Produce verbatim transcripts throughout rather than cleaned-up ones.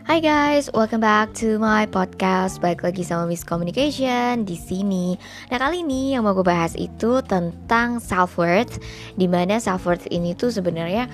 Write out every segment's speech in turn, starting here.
Hai guys, welcome back to my podcast. Balik lagi sama Miss Communication di sini. Nah, kali ini yang mau gue bahas itu tentang self worth, dimana self worth ini tuh sebenarnya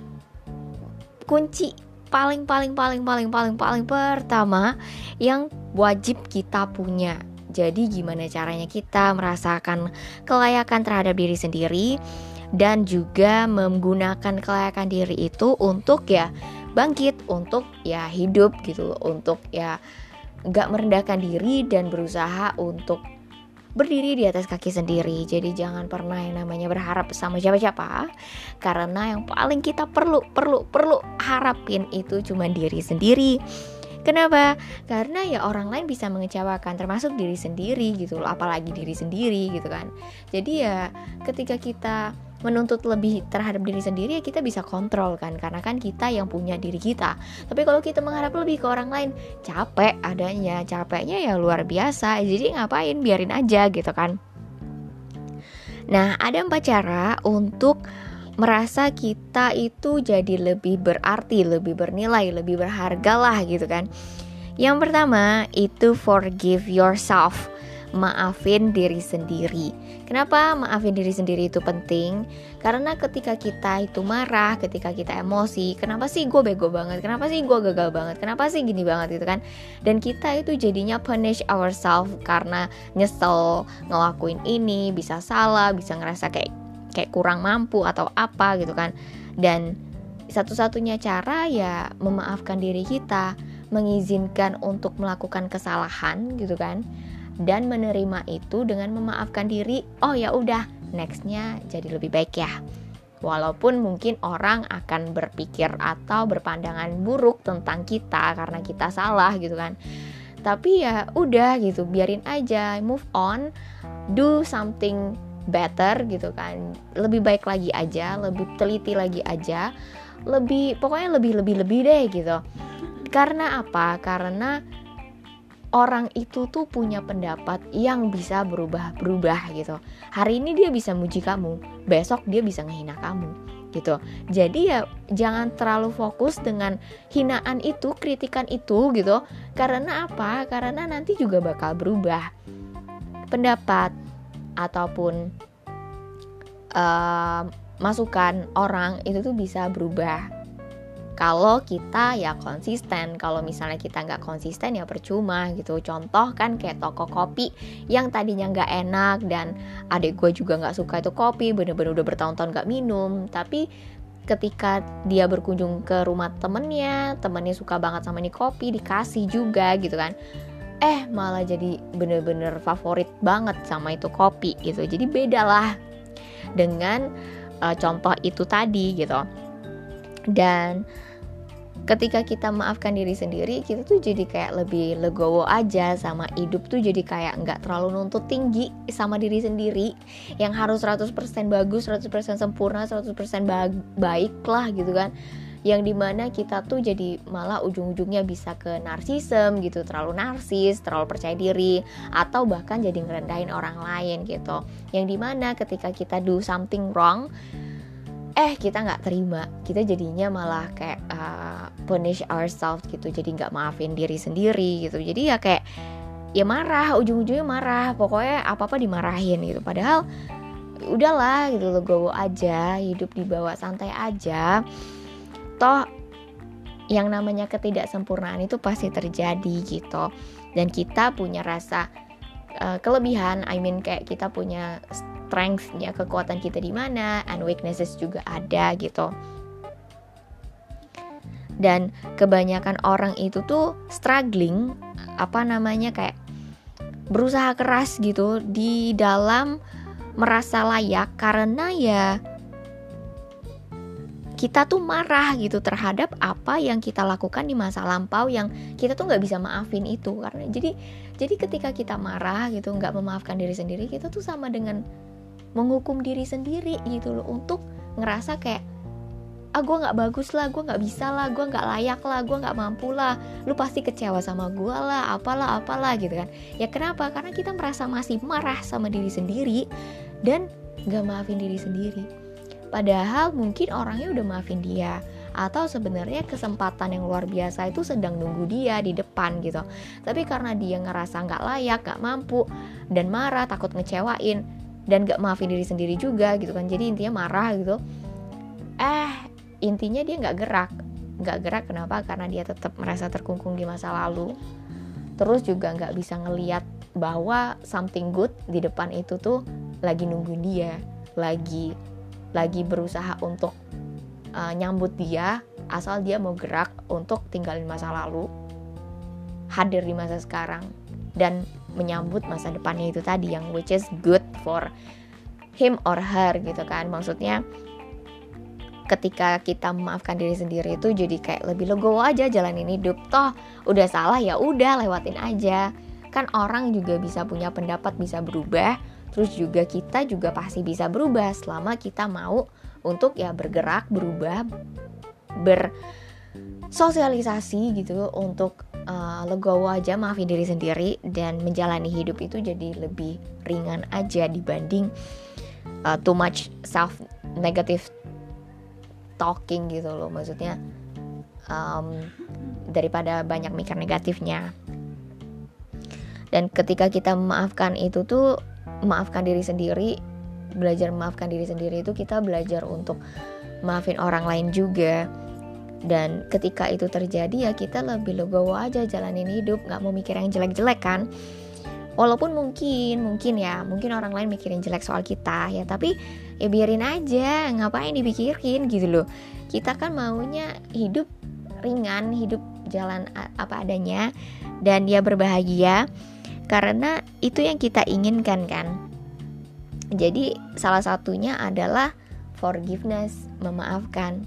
kunci paling paling paling paling paling paling pertama yang wajib kita punya. Jadi gimana caranya kita merasakan kelayakan terhadap diri sendiri dan juga menggunakan kelayakan diri itu untuk ya bangkit, untuk ya hidup gitu, untuk ya gak merendahkan diri dan berusaha untuk berdiri di atas kaki sendiri. Jadi jangan pernah yang namanya berharap sama siapa-siapa, karena yang paling kita perlu perlu perlu harapin itu cuma diri sendiri. Kenapa? Karena ya orang lain bisa mengecewakan, termasuk diri sendiri gitu loh, apalagi diri sendiri gitu kan. Jadi ya ketika kita menuntut lebih terhadap diri sendiri, ya kita bisa kontrol kan, karena kan kita yang punya diri kita. Tapi kalau kita mengharap lebih ke orang lain, capek adanya, capeknya ya luar biasa. Jadi ngapain, biarin aja gitu kan. Nah, ada empat cara untuk merasa kita itu jadi lebih berarti, lebih bernilai, lebih berharga lah gitu kan. Yang pertama itu forgive yourself, maafin diri sendiri. Kenapa maafin diri sendiri itu penting? Karena ketika kita itu marah, ketika kita emosi, kenapa sih gue bego banget, kenapa sih gue gagal banget, kenapa sih gini banget gitu kan. Dan kita itu jadinya punish ourselves karena nyesel ngelakuin ini, bisa salah, bisa ngerasa kayak kayak kurang mampu atau apa gitu kan. Dan satu-satunya cara ya memaafkan diri kita, mengizinkan untuk melakukan kesalahan gitu kan, dan menerima itu dengan memaafkan diri. Oh ya udah, nextnya jadi lebih baik ya. Walaupun mungkin orang akan berpikir atau berpandangan buruk tentang kita karena kita salah gitu kan, tapi ya udah gitu, biarin aja, move on, do something better gitu kan, lebih baik lagi aja, lebih teliti lagi aja, lebih pokoknya lebih lebih lebih deh gitu. Karena apa? Karena orang itu tuh punya pendapat yang bisa berubah-berubah gitu. Hari ini dia bisa muji kamu, besok dia bisa ngehina kamu gitu. Jadi ya jangan terlalu fokus dengan hinaan itu, kritikan itu gitu. Karena apa? Karena nanti juga bakal berubah. Pendapat ataupun uh, masukan orang itu tuh bisa berubah kalau kita ya konsisten. Kalau misalnya kita nggak konsisten ya percuma gitu. Contoh kan kayak toko kopi yang tadinya nggak enak, dan adik gue juga nggak suka itu kopi, bener-bener udah bertahun-tahun nggak minum. Tapi ketika dia berkunjung ke rumah temennya, temennya suka banget sama ini kopi, dikasih juga gitu kan, eh malah jadi bener-bener favorit banget sama itu kopi gitu. Jadi beda lah dengan uh, contoh itu tadi gitu. Dan ketika kita maafkan diri sendiri, kita tuh jadi kayak lebih legowo aja sama hidup tuh, jadi kayak gak terlalu nuntut tinggi sama diri sendiri yang harus seratus persen bagus, seratus persen sempurna, seratus persen ba- baik lah gitu kan. Yang dimana kita tuh jadi malah ujung-ujungnya bisa ke narsisem gitu, terlalu narsis, terlalu percaya diri, atau bahkan jadi ngerendahin orang lain gitu. Yang dimana ketika kita do something wrong, eh kita gak terima, kita jadinya malah kayak uh, punish ourselves gitu, jadi gak maafin diri sendiri gitu. Jadi ya kayak ya marah, ujung-ujungnya marah, pokoknya apa-apa dimarahin gitu. Padahal udahlah gitu, legowo aja, hidup dibawa santai aja. Toh yang namanya ketidaksempurnaan itu pasti terjadi gitu. Dan kita punya rasa uh, kelebihan, I mean kayak kita punya strength-nya, kekuatan kita di mana, and weaknesses juga ada gitu. Dan kebanyakan orang itu tuh struggling, apa namanya kayak berusaha keras gitu di dalam merasa layak, karena ya kita tuh marah gitu terhadap apa yang kita lakukan di masa lampau yang kita tuh nggak bisa maafin itu. Karena jadi jadi ketika kita marah gitu, nggak memaafkan diri sendiri, kita tuh sama dengan menghukum diri sendiri gitu loh, untuk ngerasa kayak ah gue nggak bagus lah, gue nggak bisa lah, gue nggak layak lah, gue nggak mampu lah, lu pasti kecewa sama gue lah, apalah apalah gitu kan. Ya kenapa? Karena kita merasa masih marah sama diri sendiri dan nggak maafin diri sendiri. Padahal mungkin orangnya udah maafin dia, atau sebenarnya kesempatan yang luar biasa itu sedang nunggu dia di depan gitu. Tapi karena dia ngerasa nggak layak, nggak mampu, dan marah, takut ngecewain, dan nggak maafin diri sendiri juga gitu kan. Jadi intinya marah gitu. Eh intinya dia nggak gerak, nggak gerak kenapa? Karena dia tetap merasa terkungkung di masa lalu. Terus juga nggak bisa ngelihat bahwa something good di depan itu tuh lagi nunggu dia, lagi lagi berusaha untuk uh, nyambut dia, asal dia mau gerak untuk tinggalin masa lalu, hadir di masa sekarang, dan menyambut masa depannya itu tadi yang which is good for him or her gitu kan. Maksudnya ketika kita memaafkan diri sendiri itu jadi kayak lebih legowo aja jalanin hidup. Toh udah salah ya udah lewatin aja. Kan orang juga bisa punya pendapat, bisa berubah. Terus juga kita juga pasti bisa berubah selama kita mau untuk ya bergerak, berubah, bersosialisasi gitu untuk uh, legowo aja, maafin diri sendiri, dan menjalani hidup itu jadi lebih ringan aja dibanding uh, too much self negative talking gitu loh. Maksudnya um, daripada banyak mikir negatifnya. Dan ketika kita memaafkan itu tuh, memaafkan diri sendiri, belajar memaafkan diri sendiri itu kita belajar untuk maafin orang lain juga. Dan ketika itu terjadi ya kita lebih legowo aja jalanin hidup, gak mau mikir yang jelek-jelek kan. Walaupun mungkin, mungkin ya, mungkin orang lain mikirin jelek soal kita ya, tapi ya biarin aja, ngapain dipikirin gitu loh. Kita kan maunya hidup ringan, hidup jalan apa adanya, dan dia berbahagia. Karena itu yang kita inginkan kan. Jadi salah satunya adalah forgiveness, memaafkan.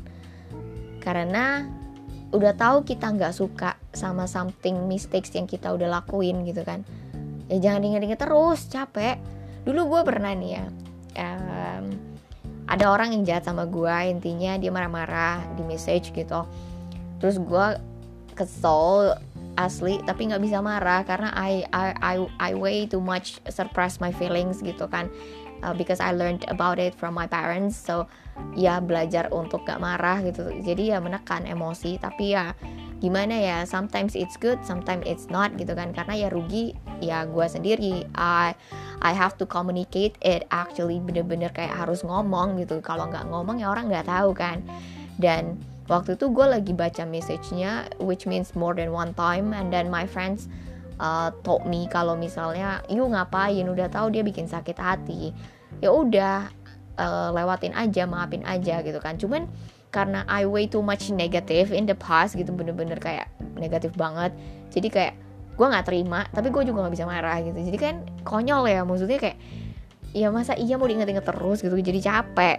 Karena udah tahu kita gak suka sama something mistakes yang kita udah lakuin gitu kan, ya jangan diinget-inget terus, capek. Dulu gue pernah nih ya, um, ada orang yang jahat sama gue, intinya dia marah-marah di message gitu. Terus gue kesel asli, tapi nggak bisa marah karena I I I I way too much suppress my feelings gitu kan, uh, because I learned about it from my parents. So ya belajar untuk gak marah gitu. Jadi ya menekan emosi, tapi ya gimana ya, sometimes it's good, sometimes it's not gitu kan. Karena ya rugi ya gue sendiri. I I have to communicate it actually, bener-bener kayak harus ngomong gitu. Kalau nggak ngomong ya orang nggak tahu kan. Dan waktu itu gue lagi baca message-nya, which means more than one time, and then my friends uh, told me kalau misalnya, "You ngapain? Udah tahu dia bikin sakit hati. Ya udah, uh, lewatin aja, maafin aja gitu kan." Cuman karena I way too much negative in the past gitu, bener-bener kayak negatif banget. Jadi kayak gue nggak terima, tapi gue juga nggak bisa marah gitu. Jadi kan konyol ya, maksudnya kayak ya masa iya mau diinget-inget terus gitu, jadi capek.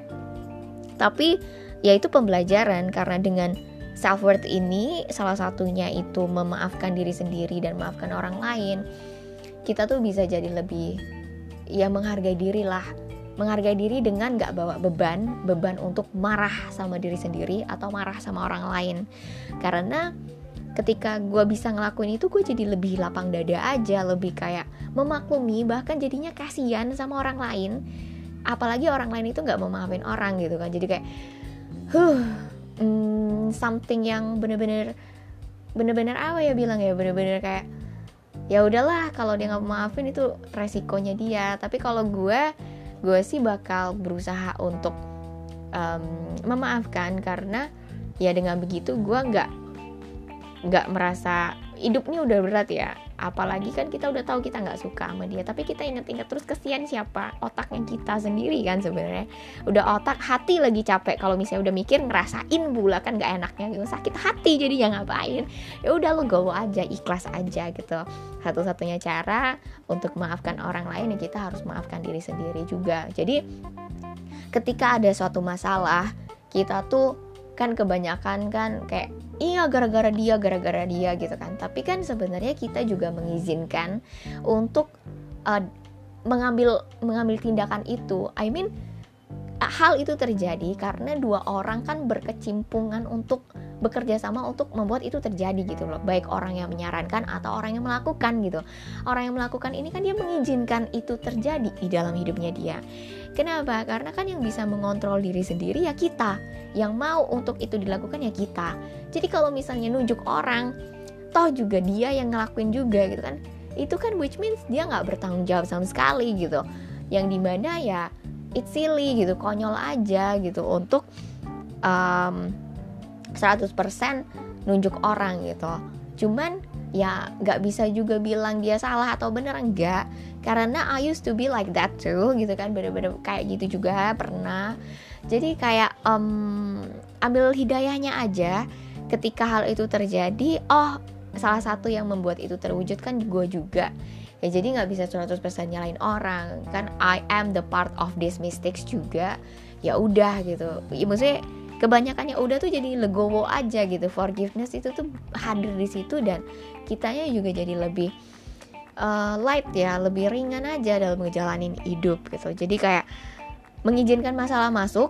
Tapi ya itu pembelajaran, karena dengan self worth ini salah satunya itu memaafkan diri sendiri dan memaafkan orang lain, kita tuh bisa jadi lebih ya menghargai diri lah, menghargai diri dengan gak bawa beban beban untuk marah sama diri sendiri atau marah sama orang lain. Karena ketika gue bisa ngelakuin itu, gue jadi lebih lapang dada aja, lebih kayak memaklumi, bahkan jadinya kasihan sama orang lain. Apalagi orang lain itu gak mau maafin orang gitu kan. Jadi kayak huh, hmm, something yang bener-bener bener-bener apa ya bilang ya, bener-bener kayak ya udahlah, kalau dia nggak maafin itu resikonya dia. Tapi kalau gue gue sih bakal berusaha untuk um, memaafkan, karena ya dengan begitu gue nggak nggak merasa hidupnya udah berat ya. Apalagi kan kita udah tahu kita nggak suka sama dia, tapi kita inget-inget terus, kesian siapa? Otaknya kita sendiri kan sebenarnya. Udah otak, hati lagi capek. Kalau misalnya udah mikir, ngerasain pula kan nggak enaknya gitu, sakit hati jadinya ngapain? Ya udah lo go aja, ikhlas aja gitu. Satu-satunya cara untuk memaafkan orang lain ya kita harus maafkan diri sendiri juga. Jadi ketika ada suatu masalah, kita tuh kan kebanyakan kan kayak iya gara-gara dia, gara-gara dia gitu kan. Tapi kan sebenarnya kita juga mengizinkan untuk uh, mengambil mengambil tindakan itu. I mean hal itu terjadi karena dua orang kan berkecimpungan untuk bekerja sama untuk membuat itu terjadi gitu loh. Baik orang yang menyarankan atau orang yang melakukan gitu. Orang yang melakukan ini kan dia mengizinkan itu terjadi di dalam hidupnya dia. Kenapa? Karena kan yang bisa mengontrol diri sendiri ya kita. Yang mau untuk itu dilakukan ya kita. Jadi kalau misalnya nunjuk orang, toh juga dia yang ngelakuin juga gitu kan, itu kan which means dia gak bertanggung jawab sama sekali gitu. Yang dimana ya it's silly gitu, konyol aja gitu untuk um, seratus persen nunjuk orang gitu. Cuman ya gak bisa juga bilang dia salah atau bener, enggak. Karena I used to be like that too gitu kan, bener-bener kayak gitu juga pernah. Jadi kayak um, ambil hidayahnya aja. Ketika hal itu terjadi, oh salah satu yang membuat itu terwujud kan gue juga. Ya jadi gak bisa seratus persen nyalain orang. Kan I am the part of these mistakes juga. Ya udah gitu. Ya, maksudnya kebanyakannya udah tuh jadi legowo aja gitu. Forgiveness itu tuh hadir di situ dan kitanya juga jadi lebih uh, light ya, lebih ringan aja dalam ngejalanin hidup gitu. Jadi kayak mengizinkan masalah masuk,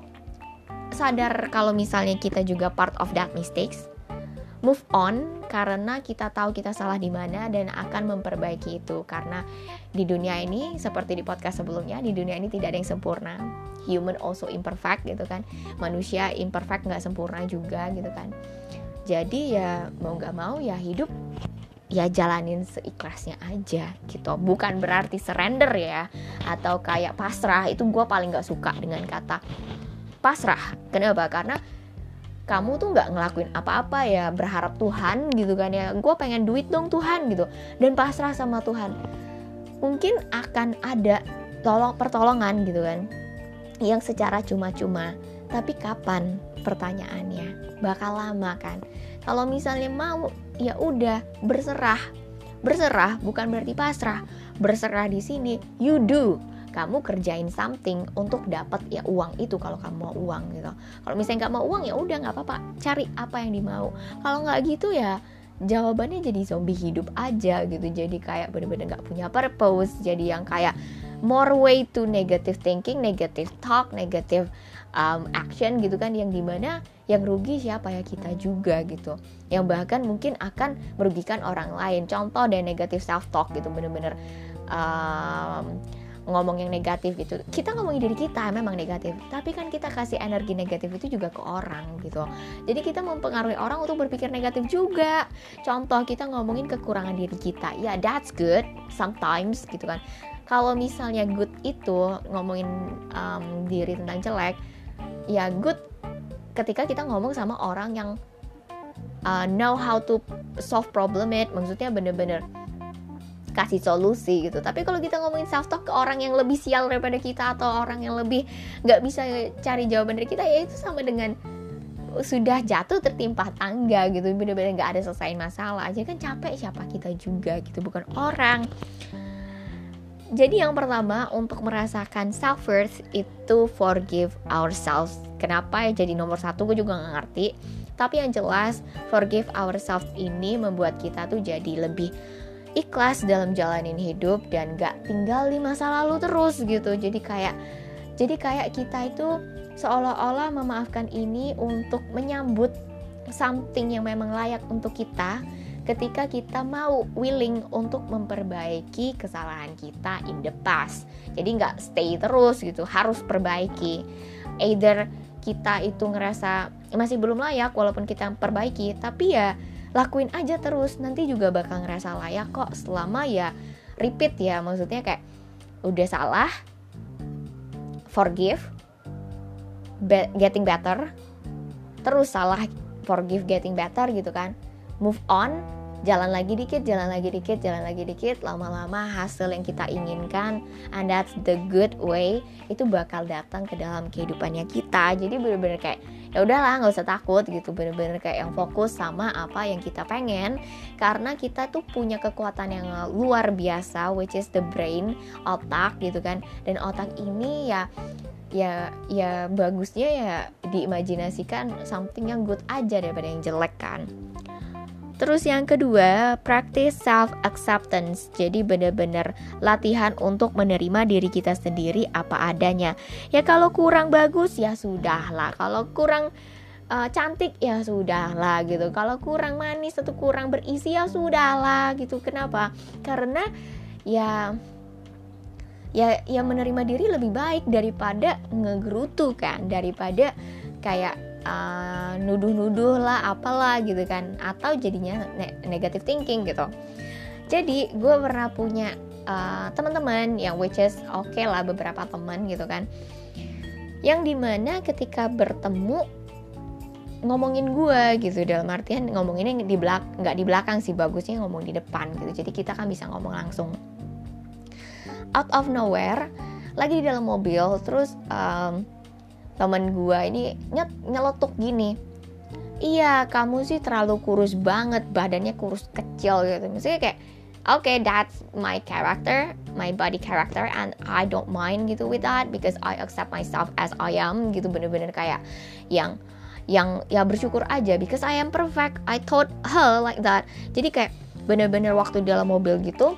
sadar kalau misalnya kita juga part of that mistakes, move on karena kita tahu kita salah di mana dan akan memperbaiki itu. Karena di dunia ini seperti di podcast sebelumnya, di dunia ini tidak ada yang sempurna. Human also imperfect gitu kan. Manusia imperfect, nggak sempurna juga gitu kan. Jadi ya mau nggak mau ya hidup ya jalanin seikhlasnya aja gitu. Bukan berarti surrender ya, atau kayak pasrah. Itu gue paling nggak suka dengan kata pasrah. Kenapa? Karena kamu tuh nggak ngelakuin apa-apa ya berharap Tuhan gitu kan ya. Gue pengen duit dong Tuhan gitu, dan pasrah sama Tuhan. Mungkin akan ada tolong pertolongan gitu kan, yang secara cuma-cuma. Tapi kapan? Pertanyaannya bakal lama kan. Kalau misalnya mau, ya udah berserah. Berserah bukan berarti pasrah. Berserah di sini you do. Kamu kerjain something untuk dapat ya uang itu kalau kamu mau uang gitu. Kalau misalnya nggak mau uang ya udah nggak apa-apa. Cari apa yang dimau. Kalau nggak gitu ya jawabannya jadi zombie hidup aja gitu. Jadi kayak bener-bener nggak punya purpose. Jadi yang kayak more way to negative thinking, negative talk, negative um, action gitu kan, yang dimana yang rugi siapa ya, kita juga gitu, yang bahkan mungkin akan merugikan orang lain. Contoh deh negative self talk gitu, bener-bener um, ngomong yang negatif gitu. Kita ngomongin diri kita memang negatif, tapi kan kita kasih energi negatif itu juga ke orang gitu. Jadi kita mempengaruhi orang untuk berpikir negatif juga. Contoh kita ngomongin kekurangan diri kita, ya that's good sometimes gitu kan. Kalau misalnya good itu ngomongin um, diri tentang jelek, ya good ketika kita ngomong sama orang yang uh, know how to solve problem it, maksudnya bener-bener kasih solusi gitu. Tapi kalau kita ngomongin self talk ke orang yang lebih sial daripada kita, atau orang yang lebih nggak bisa cari jawaban dari kita, ya itu sama dengan sudah jatuh tertimpa tangga gitu, bener-bener nggak ada selesai masalah aja kan. Capek siapa kita juga gitu, bukan orang. Jadi yang pertama untuk merasakan self-worth itu forgive ourselves. Kenapa ya jadi nomor satu gue juga gak ngerti. Tapi yang jelas forgive ourselves ini membuat kita tuh jadi lebih ikhlas dalam jalanin hidup dan gak tinggal di masa lalu terus gitu. Jadi kayak Jadi kayak kita itu seolah-olah memaafkan ini untuk menyambut something yang memang layak untuk kita, ketika kita mau willing untuk memperbaiki kesalahan kita in the past. Jadi gak stay terus gitu, harus perbaiki. Either kita itu ngerasa masih belum layak walaupun kita perbaiki, tapi ya lakuin aja terus, nanti juga bakal ngerasa layak kok selama ya repeat ya. Maksudnya kayak udah salah, forgive, be- getting better, terus salah, forgive, getting better gitu kan, move on, jalan lagi dikit, jalan lagi dikit, jalan lagi dikit, lama-lama hasil yang kita inginkan, and that's the good way, itu bakal datang ke dalam kehidupannya kita. Jadi bener-bener kayak ya udahlah, nggak usah takut gitu, bener-bener kayak yang fokus sama apa yang kita pengen, karena kita tuh punya kekuatan yang luar biasa, which is the brain, otak gitu kan. Dan otak ini ya ya ya bagusnya ya diimajinasikan something yang good aja daripada yang jelek kan. Terus yang kedua, practice self-acceptance. Jadi benar-benar latihan untuk menerima diri kita sendiri apa adanya. Ya kalau kurang bagus ya sudahlah. Kalau kurang uh, cantik ya sudahlah gitu. Kalau kurang manis atau kurang berisi ya sudahlah gitu. Kenapa? Karena ya ya ya menerima diri lebih baik daripada ngegerutu kan, daripada kayak uh, nuduh-nuduh lah apalah gitu kan, atau jadinya ne- negative thinking gitu. Jadi gue pernah punya uh, teman-teman yang which is oke okay lah, beberapa teman gitu kan, yang dimana ketika bertemu ngomongin gue gitu, dalam artian ngomonginnya di belak nggak di belakang sih, bagusnya ngomong di depan gitu. Jadi kita kan bisa ngomong langsung. Out of nowhere, lagi di dalam mobil, terus um, teman gue ini nyet, nyeletuk gini, iya kamu sih terlalu kurus banget, badannya kurus kecil gitu. Maksudnya kayak oke, okay, that's my character, my body character, and I don't mind gitu with that because I accept myself as I am gitu. Bener-bener kayak yang yang ya bersyukur aja because I am perfect. I told her like that. Jadi kayak bener-bener waktu di dalam mobil gitu,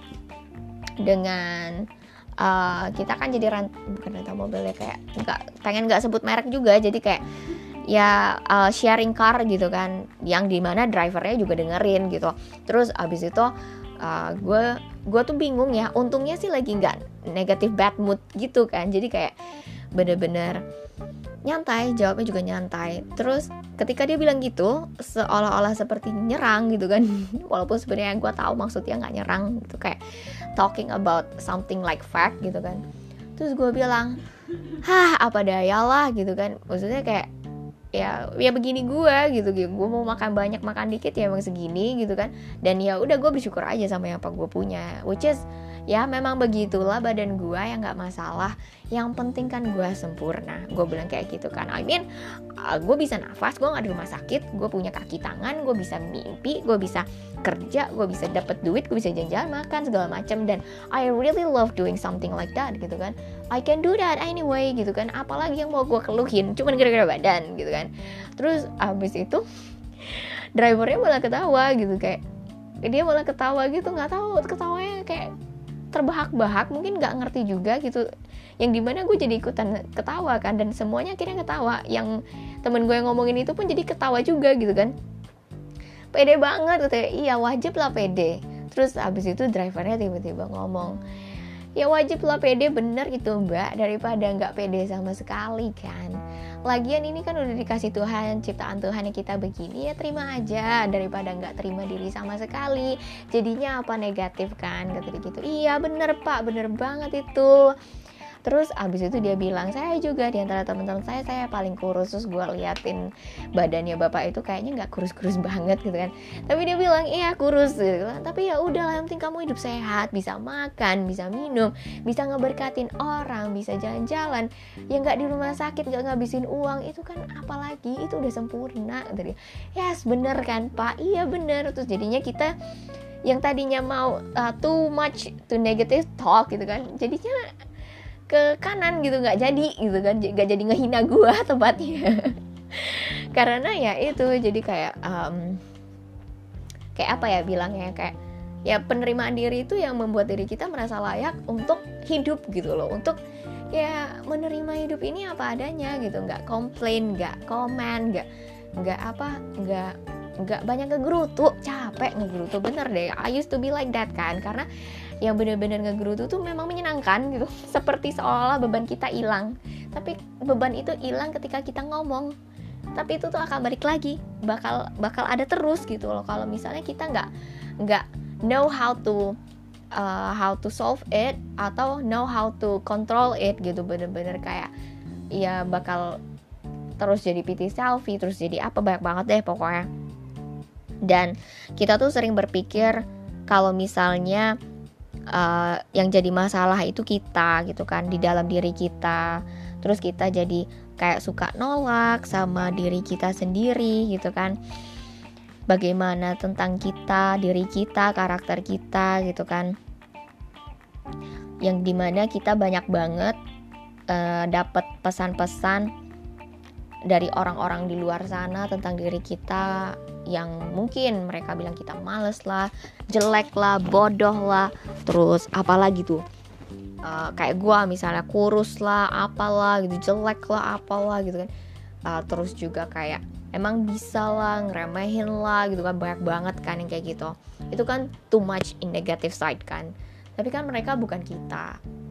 dengan uh, kita kan jadi rent, bukan rental mobil ya, kayak nggak pengen nggak sebut merek juga, jadi kayak ya uh, sharing car gitu kan, yang dimana drivernya juga dengerin gitu. Terus abis itu uh, gue gue tuh bingung ya, untungnya sih lagi nggak negative bad mood gitu kan, jadi kayak bener-bener nyantai, jawabnya juga nyantai. Terus ketika dia bilang gitu, seolah-olah seperti nyerang gitu kan, walaupun sebenarnya gue tahu maksudnya nggak nyerang gitu, kayak talking about something like fact gitu kan. Terus gue bilang, hah apa daya lah gitu kan, maksudnya kayak ya ya begini gue gitu, gitu. Gue mau makan banyak makan dikit ya emang segini gitu kan, dan ya udah gue bersyukur aja sama yang apa gue punya, which is ya memang begitulah badan gue, yang nggak masalah, yang penting kan gue sempurna. Gue bilang kayak gitu kan, I mean uh, gue bisa nafas, gue nggak di rumah sakit, gue punya kaki tangan, gue bisa mimpi, gue bisa kerja, gue bisa dapat duit, gue bisa jalan-jalan, makan segala macam, dan I really love doing something like that gitu kan. I can do that anyway gitu kan, apalagi yang mau gue keluhin cuman gara-gara badan gitu kan. Terus abis itu drivernya malah ketawa gitu, kayak dia malah ketawa gitu, nggak tahu ketawanya kayak terbahak-bahak, mungkin nggak ngerti juga gitu, yang dimana gue jadi ikutan ketawa kan, dan semuanya akhirnya ketawa, yang temen gue yang ngomongin itu pun jadi ketawa juga gitu kan. Pede banget gitu, iya wajib lah pede. Terus abis itu drivernya tiba-tiba ngomong, ya wajib lah pede, bener gitu mbak, daripada nggak pede sama sekali kan. Lagian ini kan udah dikasih Tuhan, ciptaan Tuhan yang kita begini, ya terima aja daripada nggak terima diri sama sekali. Jadinya apa negatif kan, kata dia gitu. Iya bener pak, bener banget itu. Terus abis itu dia bilang, saya juga di antara teman-teman saya, saya paling kurus. Terus gue liatin badannya bapak itu kayaknya nggak kurus-kurus banget gitu kan. Tapi dia bilang, iya kurus gitu kan. Tapi ya udah, yang penting kamu hidup sehat, bisa makan, bisa minum, bisa ngeberkatin orang, bisa jalan-jalan, yang nggak di rumah sakit, nggak ngabisin uang, itu kan apalagi, itu udah sempurna. Gitu. Yes bener kan pak, iya bener. Terus jadinya kita yang tadinya mau uh, too much to negative talk gitu kan, jadinya ke kanan gitu, nggak jadi gitu kan, nggak jadi ngehina gue tempatnya. Karena ya itu, jadi kayak um, kayak apa ya bilangnya, kayak ya penerimaan diri itu yang membuat diri kita merasa layak untuk hidup gitu loh, untuk ya menerima hidup ini apa adanya gitu, nggak komplain, nggak komen, nggak nggak apa nggak nggak banyak ngegerutu, capek ngegerutu, bener deh. I used to be like that kan, karena yang benar-benar ngegerutu tuh memang menyenangkan gitu, seperti seolah beban kita hilang. Tapi beban itu hilang ketika kita ngomong, tapi itu tuh akan balik lagi, bakal bakal ada terus gitu loh. Kalau misalnya kita nggak nggak know how to uh, how to solve it, atau know how to control it gitu, bener-bener kayak ya bakal terus jadi pity selfie, terus jadi apa, banyak banget deh pokoknya. Dan kita tuh sering berpikir kalau misalnya Uh, yang jadi masalah itu kita gitu kan, di dalam diri kita. Terus kita jadi kayak suka nolak sama diri kita sendiri gitu kan. Bagaimana tentang kita, diri kita, karakter kita gitu kan. Yang dimana kita banyak banget uh, dapat pesan-pesan dari orang-orang di luar sana tentang diri kita, yang mungkin mereka bilang kita males lah, jelek lah, bodoh lah, terus apalagi tuh uh, kayak gue misalnya kurus lah, apalah gitu, jelek lah, apalah gitu kan. Uh, terus juga kayak emang bisa lah, ngeremehin lah gitu kan, banyak banget kan yang kayak gitu. Itu kan too much in negative side kan. Tapi kan mereka bukan kita,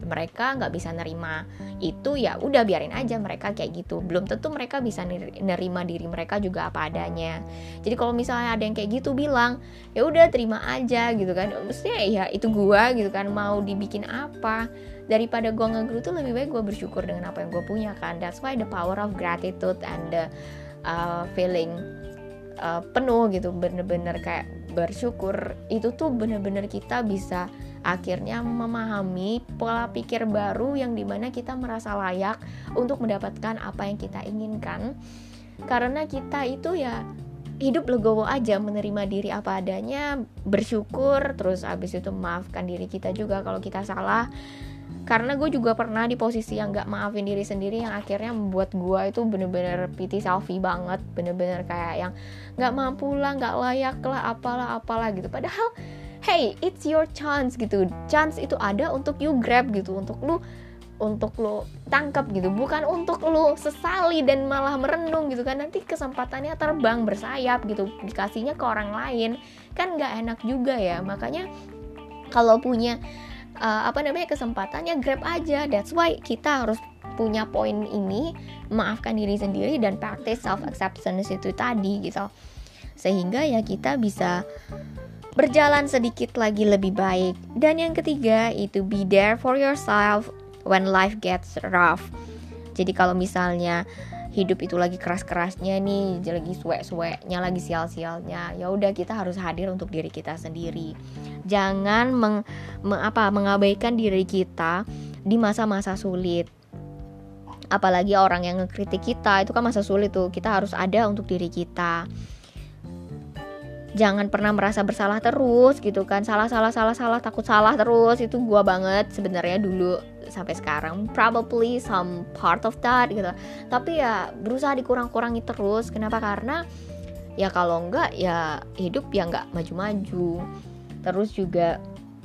mereka nggak bisa nerima itu, ya udah biarin aja mereka kayak gitu. Belum tentu mereka bisa nerima diri mereka juga apa adanya. Jadi kalau misalnya ada yang kayak gitu, bilang ya udah terima aja gitu kan. Maksudnya ya itu gua gitu kan, mau dibikin apa. Daripada gue ngegeru tuh lebih baik gue bersyukur dengan apa yang gue punya kan. That's why the power of gratitude and the uh, feeling uh, penuh gitu, bener-bener kayak bersyukur itu tuh bener-bener kita bisa akhirnya memahami pola pikir baru yang dimana kita merasa layak untuk mendapatkan apa yang kita inginkan. Karena kita itu ya hidup legowo aja, menerima diri apa adanya, bersyukur, terus abis itu memaafkan diri kita juga kalau kita salah. Karena gue juga pernah di posisi yang gak maafin diri sendiri, yang akhirnya membuat gue itu bener-bener pity selfie banget, bener-bener kayak yang gak mampu lah, gak layak lah, apalah apalah gitu. Padahal hey, it's your chance gitu. Chance itu ada untuk you grab gitu, untuk lu untuk lu tangkap gitu, bukan untuk lu sesali dan malah merenung gitu kan. Nanti kesempatannya terbang bersayap gitu, dikasihnya ke orang lain kan gak enak juga ya. Makanya kalau punya Uh, apa namanya kesempatannya, grab aja. That's why kita harus punya poin ini, maafkan diri sendiri dan practice self acceptance itu tadi gitu, sehingga ya kita bisa berjalan sedikit lagi lebih baik. Dan yang ketiga itu be there for yourself when life gets rough. Jadi kalau misalnya hidup itu lagi keras-kerasnya nih, lagi suek-sueknya, lagi sial-sialnya, ya udah kita harus hadir untuk diri kita sendiri. Jangan meng, meng, apa, mengabaikan diri kita di masa-masa sulit. Apalagi orang yang ngekritik kita, itu kan masa sulit tuh, kita harus ada untuk diri kita. Jangan pernah merasa bersalah terus gitu kan, salah salah salah salah takut salah terus. Itu gua banget sebenarnya dulu sampai sekarang, probably some part of that gitu. Tapi ya berusaha dikurang-kurangi terus. Kenapa? Karena ya kalau enggak ya hidup ya enggak maju-maju. Terus juga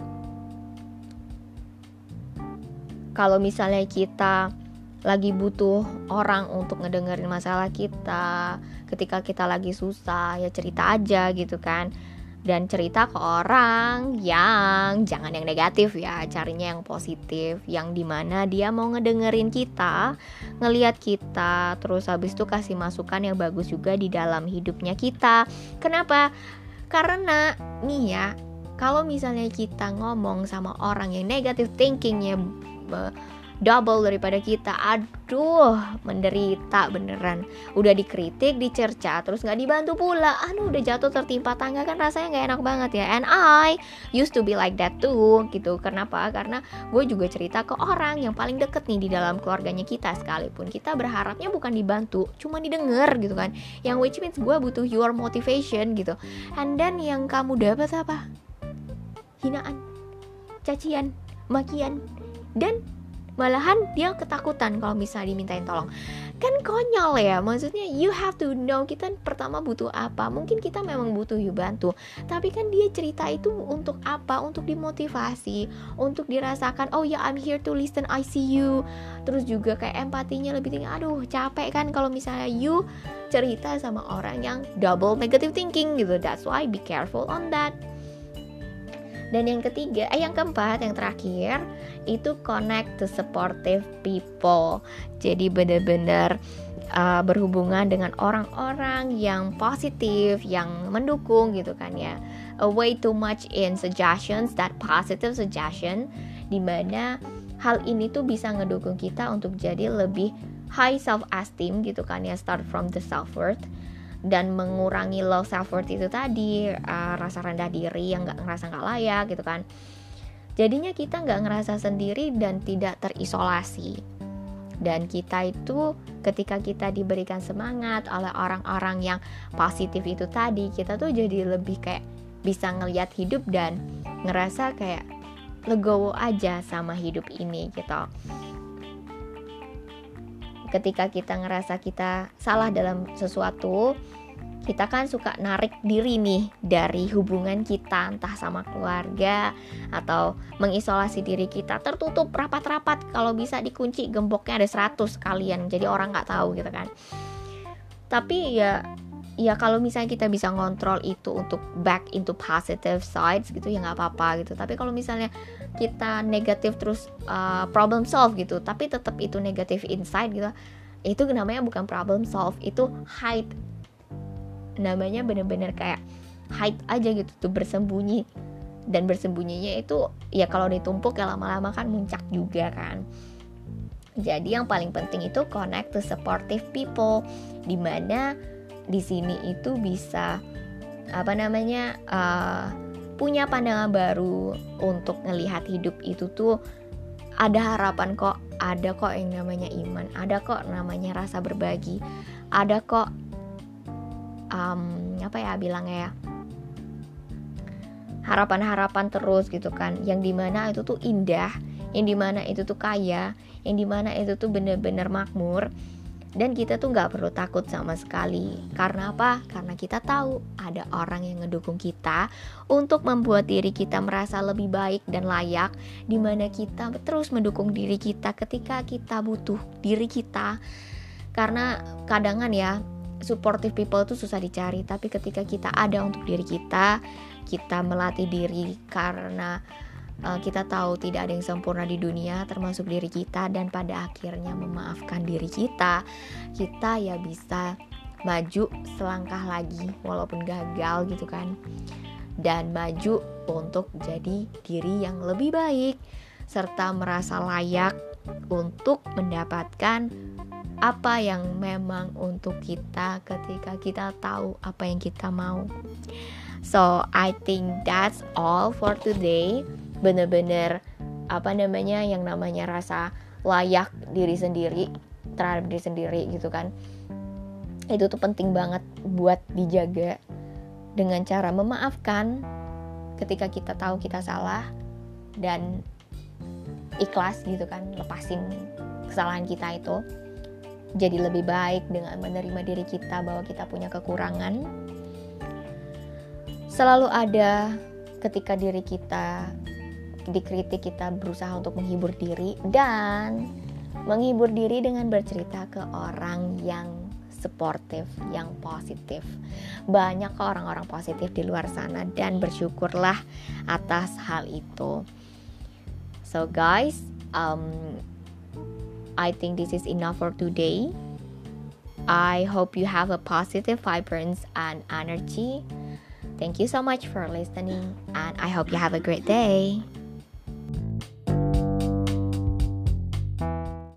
kalau misalnya kita lagi butuh orang untuk ngedengerin masalah kita, ketika kita lagi susah, ya cerita aja gitu kan. Dan cerita ke orang yang jangan yang negatif ya, carinya yang positif, yang dimana dia mau ngedengerin kita, ngelihat kita, terus habis itu kasih masukan yang bagus juga di dalam hidupnya kita. Kenapa? Karena nih ya, kalau misalnya kita ngomong sama orang yang negative thinkingnya double daripada kita, aduh menderita beneran. Udah dikritik, dicerca, terus gak dibantu pula, aduh udah jatuh tertimpa tangga kan rasanya gak enak banget ya. And I used to be like that too gitu. Kenapa? Karena gue juga cerita ke orang yang paling deket nih di dalam keluarganya kita, sekalipun kita berharapnya bukan dibantu, cuma didengar gitu kan, yang which means gue butuh your motivation gitu. And then yang kamu dapat apa? Hinaan, cacian, makian, dan malahan dia ketakutan kalau misalnya dimintain tolong. Kan konyol ya, maksudnya you have to know kita pertama butuh apa. Mungkin kita memang butuh you bantu, tapi kan dia cerita itu untuk apa? Untuk dimotivasi, untuk dirasakan, oh ya I'm here to listen, I see you. Terus juga kayak empatinya lebih tinggi. Aduh capek kan kalau misalnya you cerita sama orang yang double negative thinking gitu. That's why be careful on that. Dan yang ketiga, eh yang keempat, yang terakhir itu connect to supportive people. Jadi benar-benar uh, berhubungan dengan orang-orang yang positif, yang mendukung gitu kan ya. Away too much in suggestions, that positive suggestion, dimana hal ini tuh bisa ngedukung kita untuk jadi lebih high self esteem gitu kan ya, start from the self worth. Dan mengurangi low self-worth itu tadi, uh, rasa rendah diri yang gak ngerasa gak layak gitu kan. Jadinya kita gak ngerasa sendiri dan tidak terisolasi. Dan kita itu ketika kita diberikan semangat oleh orang-orang yang positif itu tadi, kita tuh jadi lebih kayak bisa ngelihat hidup dan ngerasa kayak legowo aja sama hidup ini gitu. Ketika kita ngerasa kita salah dalam sesuatu, kita kan suka narik diri nih dari hubungan kita, entah sama keluarga atau mengisolasi diri kita, tertutup rapat-rapat, kalau bisa dikunci gemboknya ada seratus kalian, jadi orang gak tahu gitu kan. Tapi ya ya kalau misalnya kita bisa ngontrol itu untuk back into positive sides gitu ya nggak apa-apa gitu. Tapi kalau misalnya kita negatif terus uh, problem solve gitu, tapi tetap itu negatif inside gitu, itu namanya bukan problem solve, itu hide. Namanya bener-bener kayak hide aja gitu tuh, bersembunyi. Dan bersembunyinya itu ya kalau ditumpuk ya lama-lama kan muncak juga kan. Jadi yang paling penting itu connect to supportive people, dimana di sini itu bisa apa namanya uh, punya pandangan baru untuk ngelihat hidup itu tuh ada harapan kok, ada kok yang namanya iman, ada kok namanya rasa berbagi, ada kok um, apa ya bilangnya ya, harapan-harapan terus gitu kan, yang dimana itu tuh indah, yang dimana itu tuh kaya, yang dimana itu tuh bener-bener makmur. Dan kita tuh gak perlu takut sama sekali. Karena apa? Karena kita tahu ada orang yang ngedukung kita untuk membuat diri kita merasa lebih baik dan layak, dimana kita terus mendukung diri kita ketika kita butuh diri kita. Karena kadangan ya, supportive people itu susah dicari, tapi ketika kita ada untuk diri kita, kita melatih diri karena Uh, kita tahu tidak ada yang sempurna di dunia termasuk diri kita, dan pada akhirnya memaafkan diri kita, kita ya bisa maju selangkah lagi walaupun gagal gitu kan, dan maju untuk jadi diri yang lebih baik serta merasa layak untuk mendapatkan apa yang memang untuk kita ketika kita tahu apa yang kita mau. So I think that's all for today. Bener-bener apa namanya yang namanya rasa layak diri sendiri terhadap diri sendiri gitu kan, itu tuh penting banget buat dijaga dengan cara memaafkan ketika kita tahu kita salah, dan ikhlas gitu kan, lepasin kesalahan kita itu, jadi lebih baik dengan menerima diri kita bahwa kita punya kekurangan. Selalu ada ketika diri kita dikritik, kita berusaha untuk menghibur diri dan menghibur diri dengan bercerita ke orang yang suportif, yang positif. Banyak kok orang-orang positif di luar sana, dan bersyukurlah atas hal itu. So guys, um, I think this is enough for today. I hope you have a positive vibrance and energy. Thank you so much for listening, and I hope you have a great day.